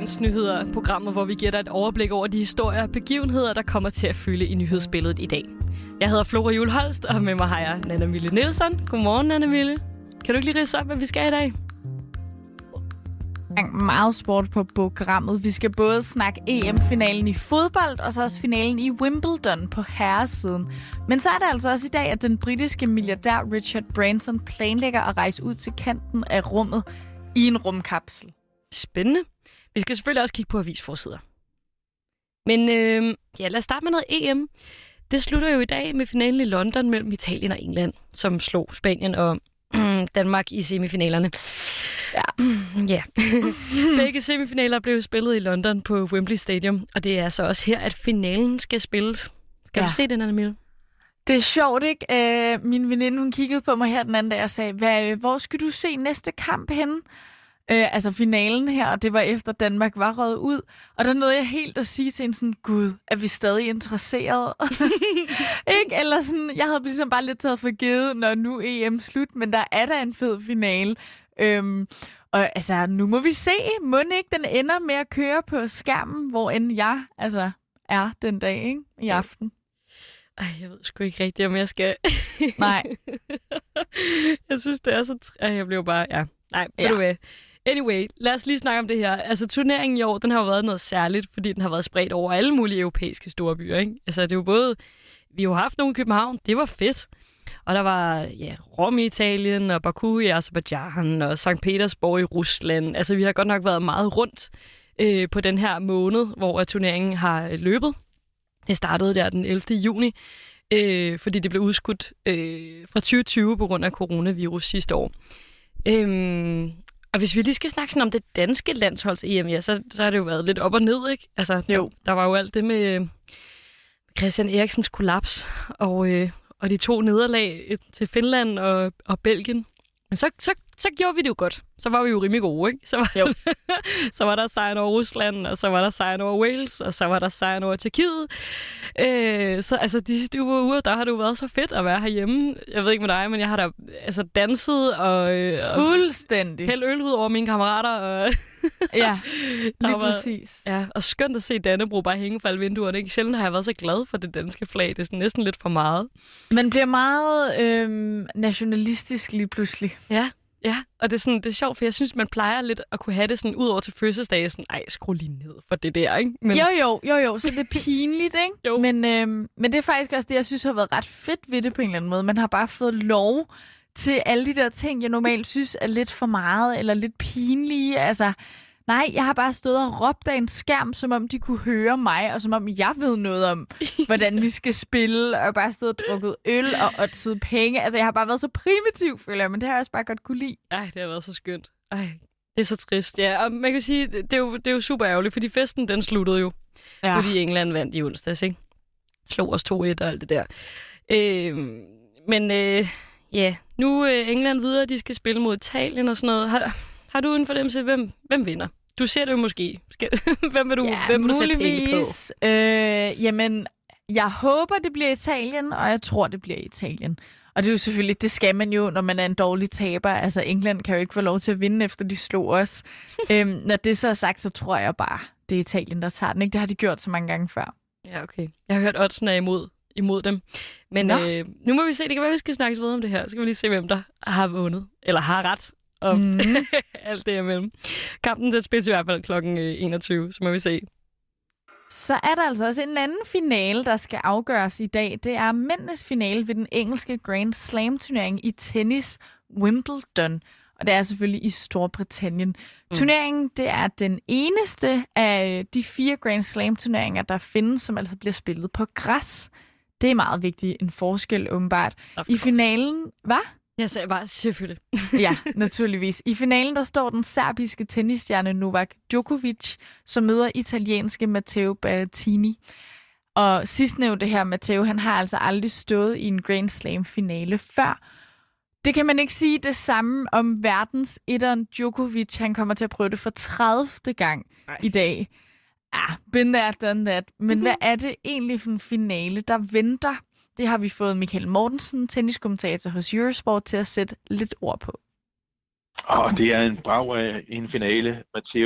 dagens nyheder, programmet, hvor vi giver dig et overblik over de historier og begivenheder, der kommer til at fylde i nyhedsbilledet i dag. Jeg hedder Flora Jul Holst, og med mig har jeg Nanna Mille Nielsen. Godmorgen, Nanna Mille. Kan du ikke lige ridse op, hvad vi skal i dag? Meget sport på programmet. Vi skal både snakke EM-finalen i fodbold, og så også finalen i Wimbledon på herresiden. Men så er det altså også i dag, at den britiske milliardær Richard Branson planlægger at rejse ud til kanten af rummet i en rumkapsel. Spændende. Vi skal selvfølgelig også kigge på avisforsider. Men lad os starte med noget EM. Det slutter jo i dag med finalen i London mellem Italien og England, som slog Spanien og Danmark i semifinalerne. Ja. Begge semifinaler blev spillet i London på Wembley Stadium, og det er så også her, at finalen skal spilles. Skal du se den, Anna Mille? Det er sjovt, ikke? Min veninde, hun kiggede på mig her den anden dag og sagde, hvor skal du se næste kamp henne? Altså finalen her, og det var efter Danmark var røget ud. Og der nåede jeg helt at sige til hende sådan, gud, er vi stadig interesserede? Ikke? Eller sådan, jeg havde ligesom bare lidt taget for givet, når nu EM slut, men der er da en fed finale. Og altså, nu må vi se, må ikke den ender med at køre på skærmen, hvor end jeg er den dag, ikke? I aften. Ej, jeg ved sgu ikke rigtigt, om jeg skal. Nej. Jeg synes, det er så... Jeg blev bare... Ja. Nej, ved du hvad? Anyway, lad os lige snakke om det her. Altså, turneringen i år, den har jo været noget særligt, fordi den har været spredt over alle mulige europæiske store byer, ikke? Altså, det er jo både... Vi har jo haft nogle i København, det var fedt. Og der var Rom i Italien, og Baku i Aserbajdsjan, og Sankt Petersborg i Rusland. Altså, vi har godt nok været meget rundt på den her måned, hvor turneringen har løbet. Det startede der den 11. juni, fordi det blev udskudt fra 2020 på grund af coronavirus sidste år. Og hvis vi lige skal snakke sådan om det danske landsholds-EM, ja, så har det jo været lidt op og ned, ikke? Altså, der var jo alt det med Christian Eriksens kollaps, og de 2 nederlag til Finland og Belgien. Men så gjorde vi det jo godt. Så var vi jo rimelig gode, ikke? Så var der sejren over Rusland, og så var der sejren over Wales, og så var der sejren over Tjekkiet. Så altså, de sidste uger, der har det jo været så fedt at være herhjemme. Jeg ved ikke med dig, men jeg har da danset og fuldstændig hældt øl ud over mine kammerater. Og ja, lige præcis. Ja, og skønt at se Dannebrog bare hænge fra alle vinduerne. Ikke? Sjældent har jeg været så glad for det danske flag. Det er sådan næsten lidt for meget. Man bliver meget nationalistisk lige pludselig. Ja, og det er sjovt, for jeg synes, man plejer lidt at kunne have det sådan ud over til fødselsdage, sådan, ej, skru lige ned for det der, ikke? Men... Jo, så det er pinligt, ikke? Jo. Men det er faktisk også det, jeg synes har været ret fedt ved det på en eller anden måde. Man har bare fået lov til alle de der ting, jeg normalt synes er lidt for meget, eller lidt pinlige, altså... Nej, jeg har bare stået og råbt af en skærm, som om de kunne høre mig, og som om jeg ved noget om, hvordan vi skal spille, og bare stået og drukket øl og oddset penge. Altså, jeg har bare været så primitiv, føler jeg, men det har jeg også bare godt kunne lide. Ej, det har været så skønt. Ej, det er så trist, ja. Og man kan sige, det er jo super ærgerligt, fordi festen, den sluttede jo, fordi England vandt i onsdags, ikke? Slog os 2-1 og alt det der. Nu er England videre, de skal spille mod Italien og sådan noget. Har du en fornemmelse af, hvem vinder? Du ser det jo måske. Hvem vil du sætte penge på? Jamen, jeg håber, det bliver Italien, og jeg tror, det bliver Italien. Og det er jo selvfølgelig, det skal man jo, når man er en dårlig taber. Altså, England kan jo ikke få lov til at vinde, efter de slog os. Når det så er sagt, så tror jeg bare, det er Italien, der tager den. Ikke? Det har de gjort så mange gange før. Ja, okay. Jeg har hørt oddsene er imod dem. Men nu må vi se, det kan være, vi skal snakkes videre om det her. Så kan vi lige se, hvem der har vundet, eller har ret. Og alt det imellem. Kampen den spilles i hvert fald kl. 21, så må vi se. Så er der altså også en anden finale, der skal afgøres i dag. Det er mændenes finale ved den engelske Grand Slam-turnering i tennis Wimbledon. Og det er selvfølgelig i Storbritannien. Turneringen, det er den eneste af de 4 Grand Slam-turneringer, der findes, som altså bliver spillet på græs. Det er meget vigtigt, en forskel åbenbart. I finalen, hvad? Jeg sagde bare selvfølgelig. Ja, naturligvis. I finalen der står den serbiske tennisstjerne Novak Djokovic, som møder italienske Matteo Berrettini. Og sidstnævnte her, Matteo, han har altså aldrig stået i en Grand Slam-finale før. Det kan man ikke sige det samme om verdens etteren Djokovic. Han kommer til at prøve det for 30. gang i dag. Been there, done that. Men hvad er det egentlig for en finale, der venter? Det har vi fået Michael Mortensen, tenniskommentator hos Eurosport, til at sætte lidt ord på. Det er en brag af en finale. Matteo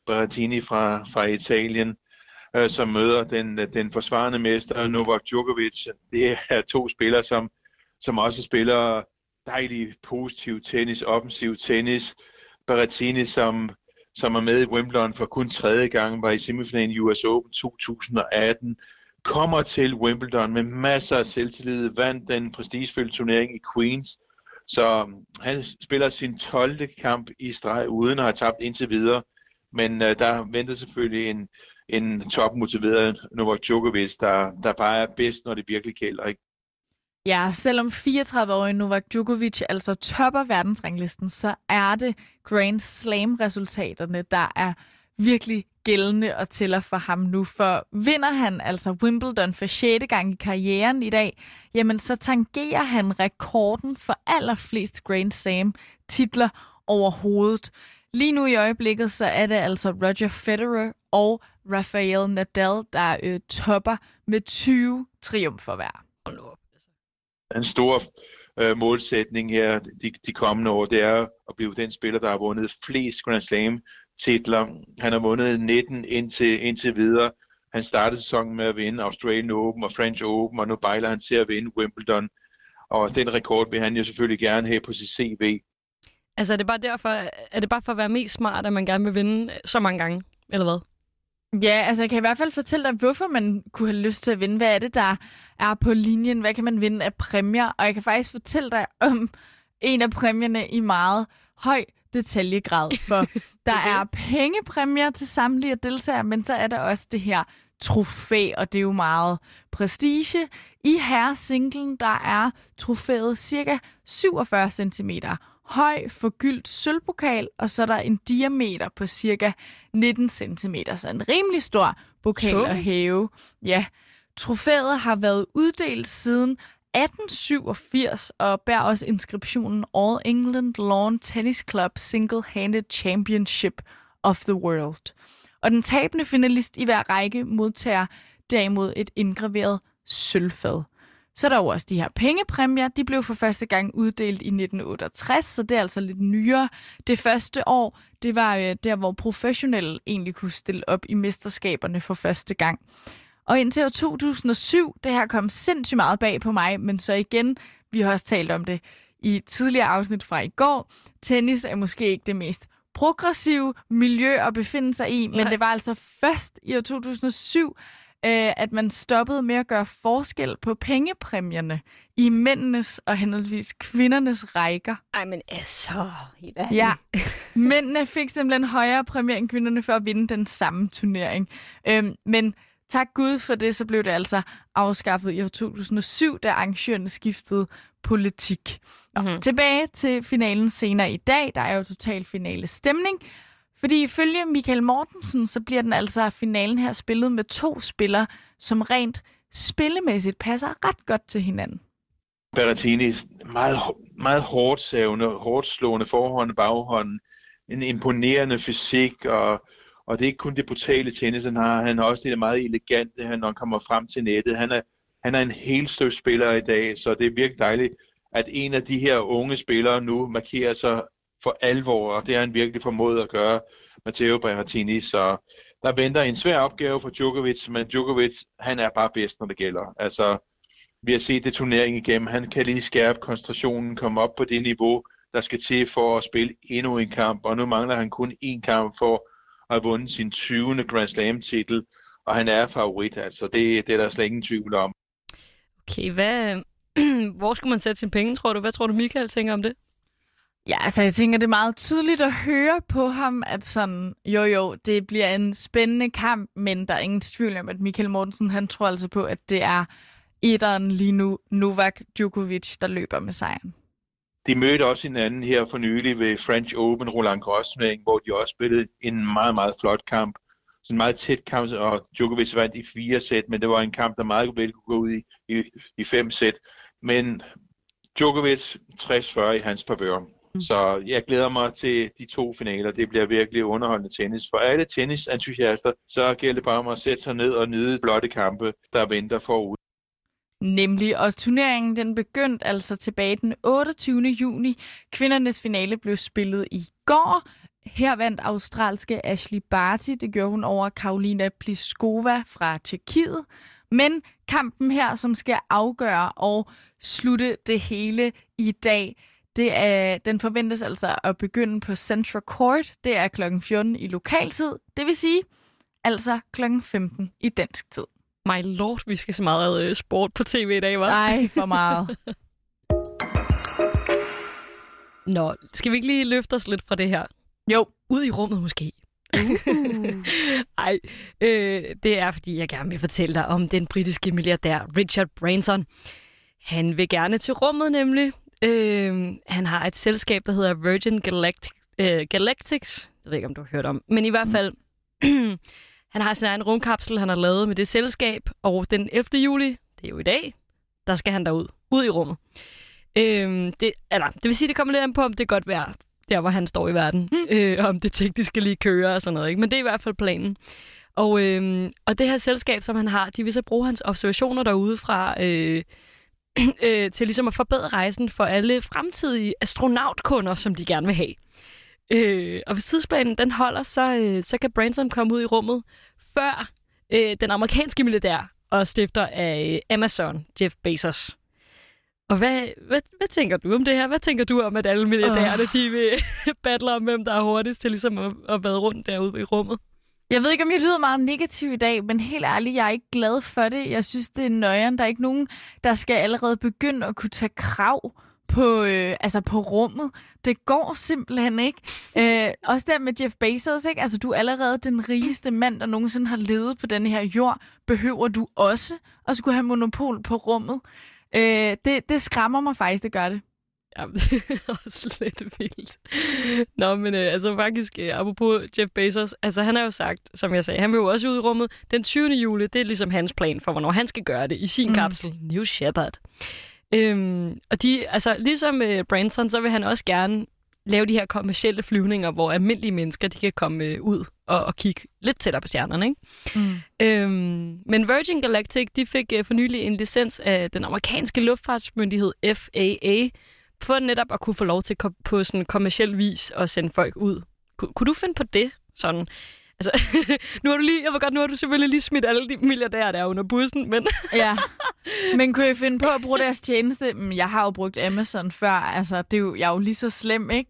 Berrettini fra Italien, som møder den forsvarende mester Novak Djokovic. Det er to spillere, som også spiller dejlig positiv tennis, offensiv tennis. Berrettini, som er med i Wimbledon for kun tredje gang, var i semifinalen i US Open 2018, kommer til Wimbledon med masser af selvtillid, vandt den prestigefyldte turnering i Queens. Så han spiller sin 12. kamp i streg, uden at have tabt indtil videre. Men der venter selvfølgelig en topmotiveret Novak Djokovic, der bare er bedst, når det virkelig gælder, ikke? Ja, selvom 34-årige Novak Djokovic altså topper verdensranglisten, så er det Grand Slam-resultaterne, der er virkelig gældende og tæller for ham nu. For vinder han altså Wimbledon for 6. gang i karrieren i dag, jamen så tangerer han rekorden for allerflest Grand Slam-titler overhovedet. Lige nu i øjeblikket, så er det altså Roger Federer og Rafael Nadal, der topper med 20 triumfer hver. En stor målsætning her de kommende år, det er at blive den spiller, der har vundet flest Grand Slam-titler. Han har vundet 19 indtil videre. Han startede sæsonen med at vinde Australian Open og French Open, og nu bejler han til at vinde Wimbledon. Og den rekord vil han jo selvfølgelig gerne have på sit CV. Altså er det bare for at være mest smart, at man gerne vil vinde så mange gange, eller hvad? Ja, altså jeg kan i hvert fald fortælle dig, hvorfor man kunne have lyst til at vinde. Hvad er det, der er på linjen? Hvad kan man vinde af præmier? Og jeg kan faktisk fortælle dig om en af præmierne i meget høj detaljegrad. For der er pengepræmier til samtlige deltagere, men så er der også det her trofæ, og det er jo meget prestige. I herresinglen, der er trofæet cirka 47 cm høj, forgyldt sølvpokal, og så er der en diameter på cirka 19 cm. Så en rimelig stor pokal at hæve. Ja, trofæet har været uddelt siden 1887 og bærer også inskriptionen All England Lawn Tennis Club Single-Handed Championship of the World. Og den tabende finalist i hver række modtager derimod et indgraveret sølvfad. Så er der jo også de her pengepræmier. De blev for første gang uddelt i 1968, så det er altså lidt nyere. Det første år, det var der, hvor professionelle egentlig kunne stille op i mesterskaberne for første gang. Og indtil år 2007, det her kom sindssygt meget bag på mig, men så igen, vi har også talt om det i tidligere afsnit fra i går. Tennis er måske ikke det mest progressive miljø at befinde sig i, men det var altså først i år 2007, at man stoppede med at gøre forskel på pengepræmierne i mændenes og henholdsvis kvindernes rækker. Ej, men altså, helt ærligt. Ja, mændene fik simpelthen højere præmier end kvinderne for at vinde den samme turnering. Men tak Gud for det, så blev det altså afskaffet i år 2007, da arrangørerne skiftede politik. Tilbage til finalen senere i dag. Der er jo total finale stemning. Fordi ifølge Michael Mortensen, så bliver den altså finalen her spillet med 2 spillere, som rent spillemæssigt passer ret godt til hinanden. Berrettini, meget hårdt savende, hårdt slående forhånd og baghånd, en imponerende fysik, og det er ikke kun det brutale tennis, han har også det meget elegante, når han kommer frem til nettet. Han er en helt støv spiller i dag, så det er virkelig dejligt, at en af de her unge spillere nu markerer sig for alvor, og det har han virkelig formået at gøre, Matteo Berrettini. Så der venter en svær opgave for Djokovic, men Djokovic, han er bare bedst, når det gælder. Altså, vi har set det turnering igennem. Han kan lige skærpe koncentrationen, komme op på det niveau, der skal til for at spille endnu en kamp, og nu mangler han kun én kamp for at have vundet sin 20. Grand Slam-titel, og han er favorit, altså det er der slet ingen tvivl om. Okay, hvor skulle man sætte sine penge, tror du? Hvad tror du, Michael tænker om det? Ja, altså jeg tænker, det er meget tydeligt at høre på ham, at sådan, det bliver en spændende kamp, men der er ingen tvivl om, at Michael Mortensen, han tror altså på, at det er etteren lige nu, Novak Djokovic, der løber med sejren. De mødte også hinanden her for nylig ved French Open Roland Garros-turnering, hvor de også spillede en meget, meget flot kamp. Så en meget tæt kamp, og Djokovic vandt i 4 sæt, men det var en kamp, der meget vel kunne gå ud i 5 sæt. Men Djokovic 60-40 i hans favør. Så jeg glæder mig til de 2 finaler. Det bliver virkelig underholdende tennis. For alle tennisentusiaster, så gælder det bare om at sætte sig ned og nyde blotte kampe, der venter forud. Nemlig, og turneringen den begyndte altså tilbage den 28. juni. Kvindernes finale blev spillet i går. Her vandt australske Ashley Barty. Det gjorde hun over Karolina Pliskova fra Tjekkiet. Men kampen her, som skal afgøre og slutte det hele i dag, den forventes altså at begynde på Central Court. Det er kl. 14 i lokaltid. Det vil sige, altså kl. 15 i dansk tid. My lord, vi skal så meget sport på tv i dag, hva'? Nej, for meget. Nå, skal vi ikke lige løfte os lidt fra det her? Jo. Ud i rummet måske. Ej, det er fordi, jeg gerne vil fortælle dig om den britiske milliardær Richard Branson. Han vil gerne til rummet nemlig. Han har et selskab, der hedder Virgin Galactics. Jeg ved ikke, om du har hørt om. Men i hvert fald, han har sin egen rumkapsel, han har lavet med det selskab. Og den 11. juli, det er jo i dag, der skal han derud. Ud i rummet. Det vil sige, det kommer lidt an på, om det er godt vejr, der hvor han står i verden. Om det tekniske lige kører og sådan noget. Ikke? Men det er i hvert fald planen. Og det her selskab, som han har, de vil så bruge hans observationer derude fra til ligesom at forbedre rejsen for alle fremtidige astronautkunder, som de gerne vil have. Og hvis tidsplanen den holder, så kan Branson komme ud i rummet før den amerikanske milliardær og stifter af Amazon, Jeff Bezos. Og hvad tænker du om det her? Hvad tænker du om, at alle milliardærerne de vil battle om, hvem der er hurtigst til ligesom at vade rundt derude i rummet? Jeg ved ikke, om jeg lyder meget negativ i dag, men helt ærligt, jeg er ikke glad for det. Jeg synes, det er nøjeren. Der er ikke nogen, der skal allerede begynde at kunne tage krav på rummet. Det går simpelthen ikke. Også der med Jeff Bezos, ikke? Altså, du er allerede den rigeste mand, der nogensinde har levet på den her jord. Behøver du også at skulle have monopol på rummet? Det skræmmer mig faktisk, det gør det. Ja, det er også lidt vildt. Nå, men faktisk, apropos Jeff Bezos, altså han har jo sagt, som jeg sagde, han vil jo også ud i rummet den 20. juli. Det er ligesom hans plan for, hvornår han skal gøre det i sin kapsel, New Shepard. Og ligesom Branson, så vil han også gerne lave de her kommercielle flyvninger, hvor almindelige mennesker, de kan komme ud og kigge lidt tættere på stjernerne, ikke? Men Virgin Galactic, de fik for nylig en licens af den amerikanske luftfartsmyndighed FAA, for netop at kunne få lov til på sådan kommerciel vis at sende folk ud. Kunne du finde på det? Sådan. Altså, nu har du selvfølgelig lige smidt alle de milliardærer der under bussen, men... Ja, men kunne jeg finde på at bruge deres tjeneste? Jeg har jo brugt Amazon før, altså jeg er jo lige så slem, ikke?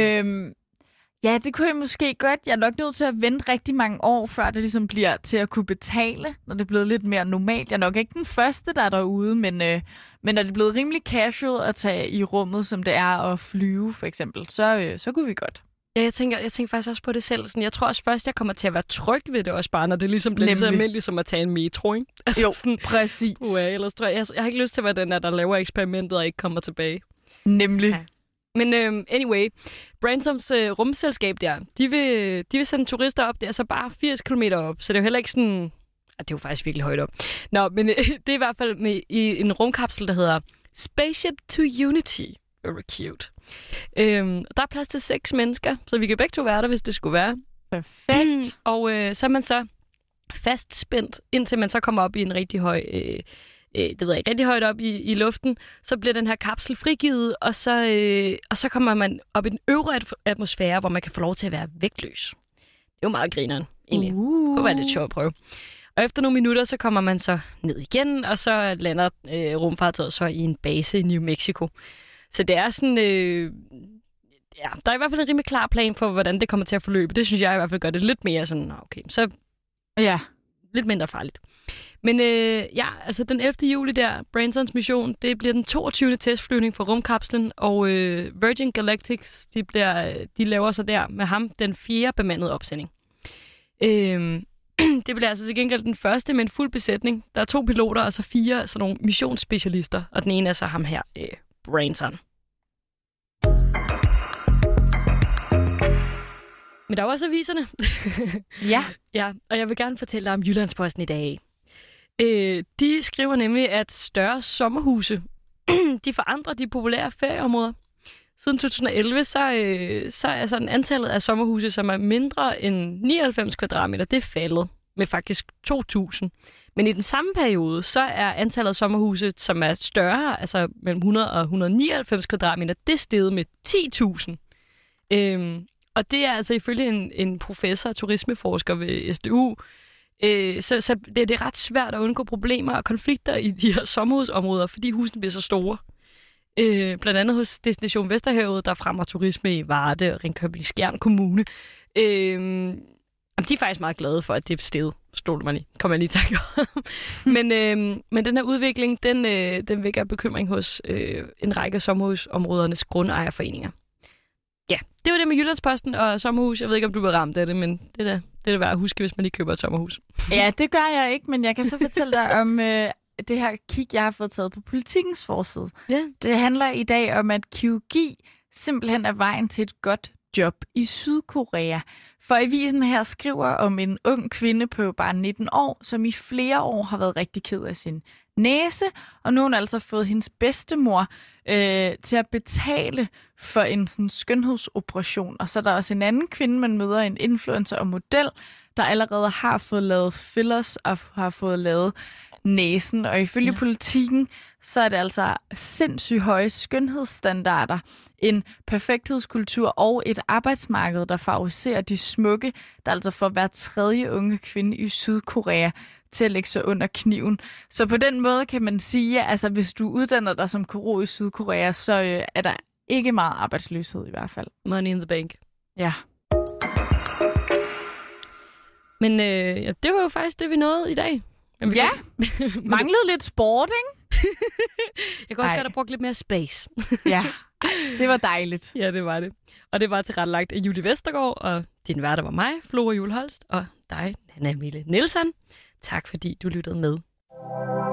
Ja, det kunne jeg måske godt. Jeg er nok nødt til at vente rigtig mange år, før det ligesom bliver til at kunne betale, når det er blevet lidt mere normalt. Jeg er nok ikke den første, der er derude, men når det er blevet rimelig casual at tage i rummet, som det er at flyve, for eksempel, så kunne vi godt. Ja, jeg tænker faktisk også på det selv. Sådan, jeg tror også først, jeg kommer til at være tryg ved det også bare, når det ligesom bliver lige så almindeligt som at tage en metro, ikke? Altså, jo, sådan, præcis. Ellers tror jeg har ikke lyst til at være den der laver eksperimentet og ikke kommer tilbage. Nemlig. Ja. Men anyway, Bransons rumselskab der, de vil sende turister op der, så bare 80 km op. Så det er jo heller ikke sådan... Det er jo faktisk virkelig højt op. Nå, men det er i hvert fald i en rumkapsel, der hedder Spaceship to Unity. Very cute. Der er plads til 6 mennesker, så vi kan begge to være der, hvis det skulle være. Perfekt. Og så er man så fastspændt, indtil man så kommer op i en rigtig høj... rigtig højt op i luften, så bliver den her kapsel frigivet, og så kommer man op i den øvre atmosfære, hvor man kan få lov til at være vægtløs. Det er jo meget grineren, egentlig. Det kunne være lidt sjovt at prøve. Og efter nogle minutter, så kommer man så ned igen, og så lander rumfartøjet så i en base i New Mexico. Så det er sådan... der er i hvert fald en rimelig klar plan for, hvordan det kommer til at forløbe. Det synes jeg i hvert fald gør det lidt mere sådan, okay, så lidt mindre farligt. Men altså den 11. juli der, Bransons mission, det bliver den 22. testflyvning for rumkapslen, og Virgin Galactic, de laver så der med ham den 4. bemandede opsending. Det bliver altså til gengæld den første med en fuld besætning. Der er 2 piloter og så 4 sådan nogle missionsspecialister, og den ene er så ham her, Branson. Men der er også aviserne. Ja, og jeg vil gerne fortælle dig om Jyllandsposten i dag. De skriver nemlig, at større sommerhuse, de forandrer de populære ferieområder. Siden 2011, så er sådan antallet af sommerhuse, som er mindre end 99 kvadratmeter, det er faldet med faktisk 2.000. Men i den samme periode, så er antallet af sommerhuse, som er større, altså mellem 100 og 199 kvadratmeter, det er steget med 10.000. Og det er altså ifølge en professor, turismeforsker ved SDU, så det er ret svært at undgå problemer og konflikter i de her sommerhusområder, fordi husene bliver så store. Blandt andet hos Destination Vesterhavet, der fremmer turisme i Varde og Ringkøbing-Skjern Kommune. De er faktisk meget glade for, at det er sted. Stoler man i. Kommer jeg lige i tanke om. Men den her udvikling, den vækker bekymring hos en række af sommerhusområdernes grundejerforeninger. Ja, det var det med Jyllandsposten og sommerhus. Jeg ved ikke, om du bliver ramt af det, men det er det værd at huske, hvis man lige køber et sommerhus. Ja, det gør jeg ikke, men jeg kan så fortælle dig om det her kig, jeg har fået taget på Politikens forside. Ja. Det handler i dag om, at kirurgi simpelthen er vejen til et godt job i Sydkorea. For avisen her skriver om en ung kvinde på bare 19 år, som i flere år har været rigtig ked af sin næse, og nu har hun altså fået hendes bedstemor til at betale for en sådan skønhedsoperation. Og så er der også en anden kvinde, man møder, en influencer og model, der allerede har fået lavet fillers og har fået lavet næsen. Og ifølge Politikken, så er det altså sindssygt høje skønhedsstandarder, en perfekthedskultur og et arbejdsmarked, der favoriserer de smukke, der altså får hver tredje unge kvinde i Sydkorea til at lægge sig under kniven. Så på den måde kan man sige, at altså, hvis du uddanner dig som kirurg i Sydkorea, så er der ikke meget arbejdsløshed i hvert fald. Money in the bank. Ja. Men det var jo faktisk det, vi nåede i dag. Men ja, manglede lidt sport, ikke? Jeg kan også godt have brugt lidt mere space. Ja, det var dejligt. Ja, det var det. Og det var tilrettelagt af Julie Vestergaard, og din værter var mig, Flora Juhl Holst, og dig, Nanna Mille Nielsen. Tak fordi du lyttede med.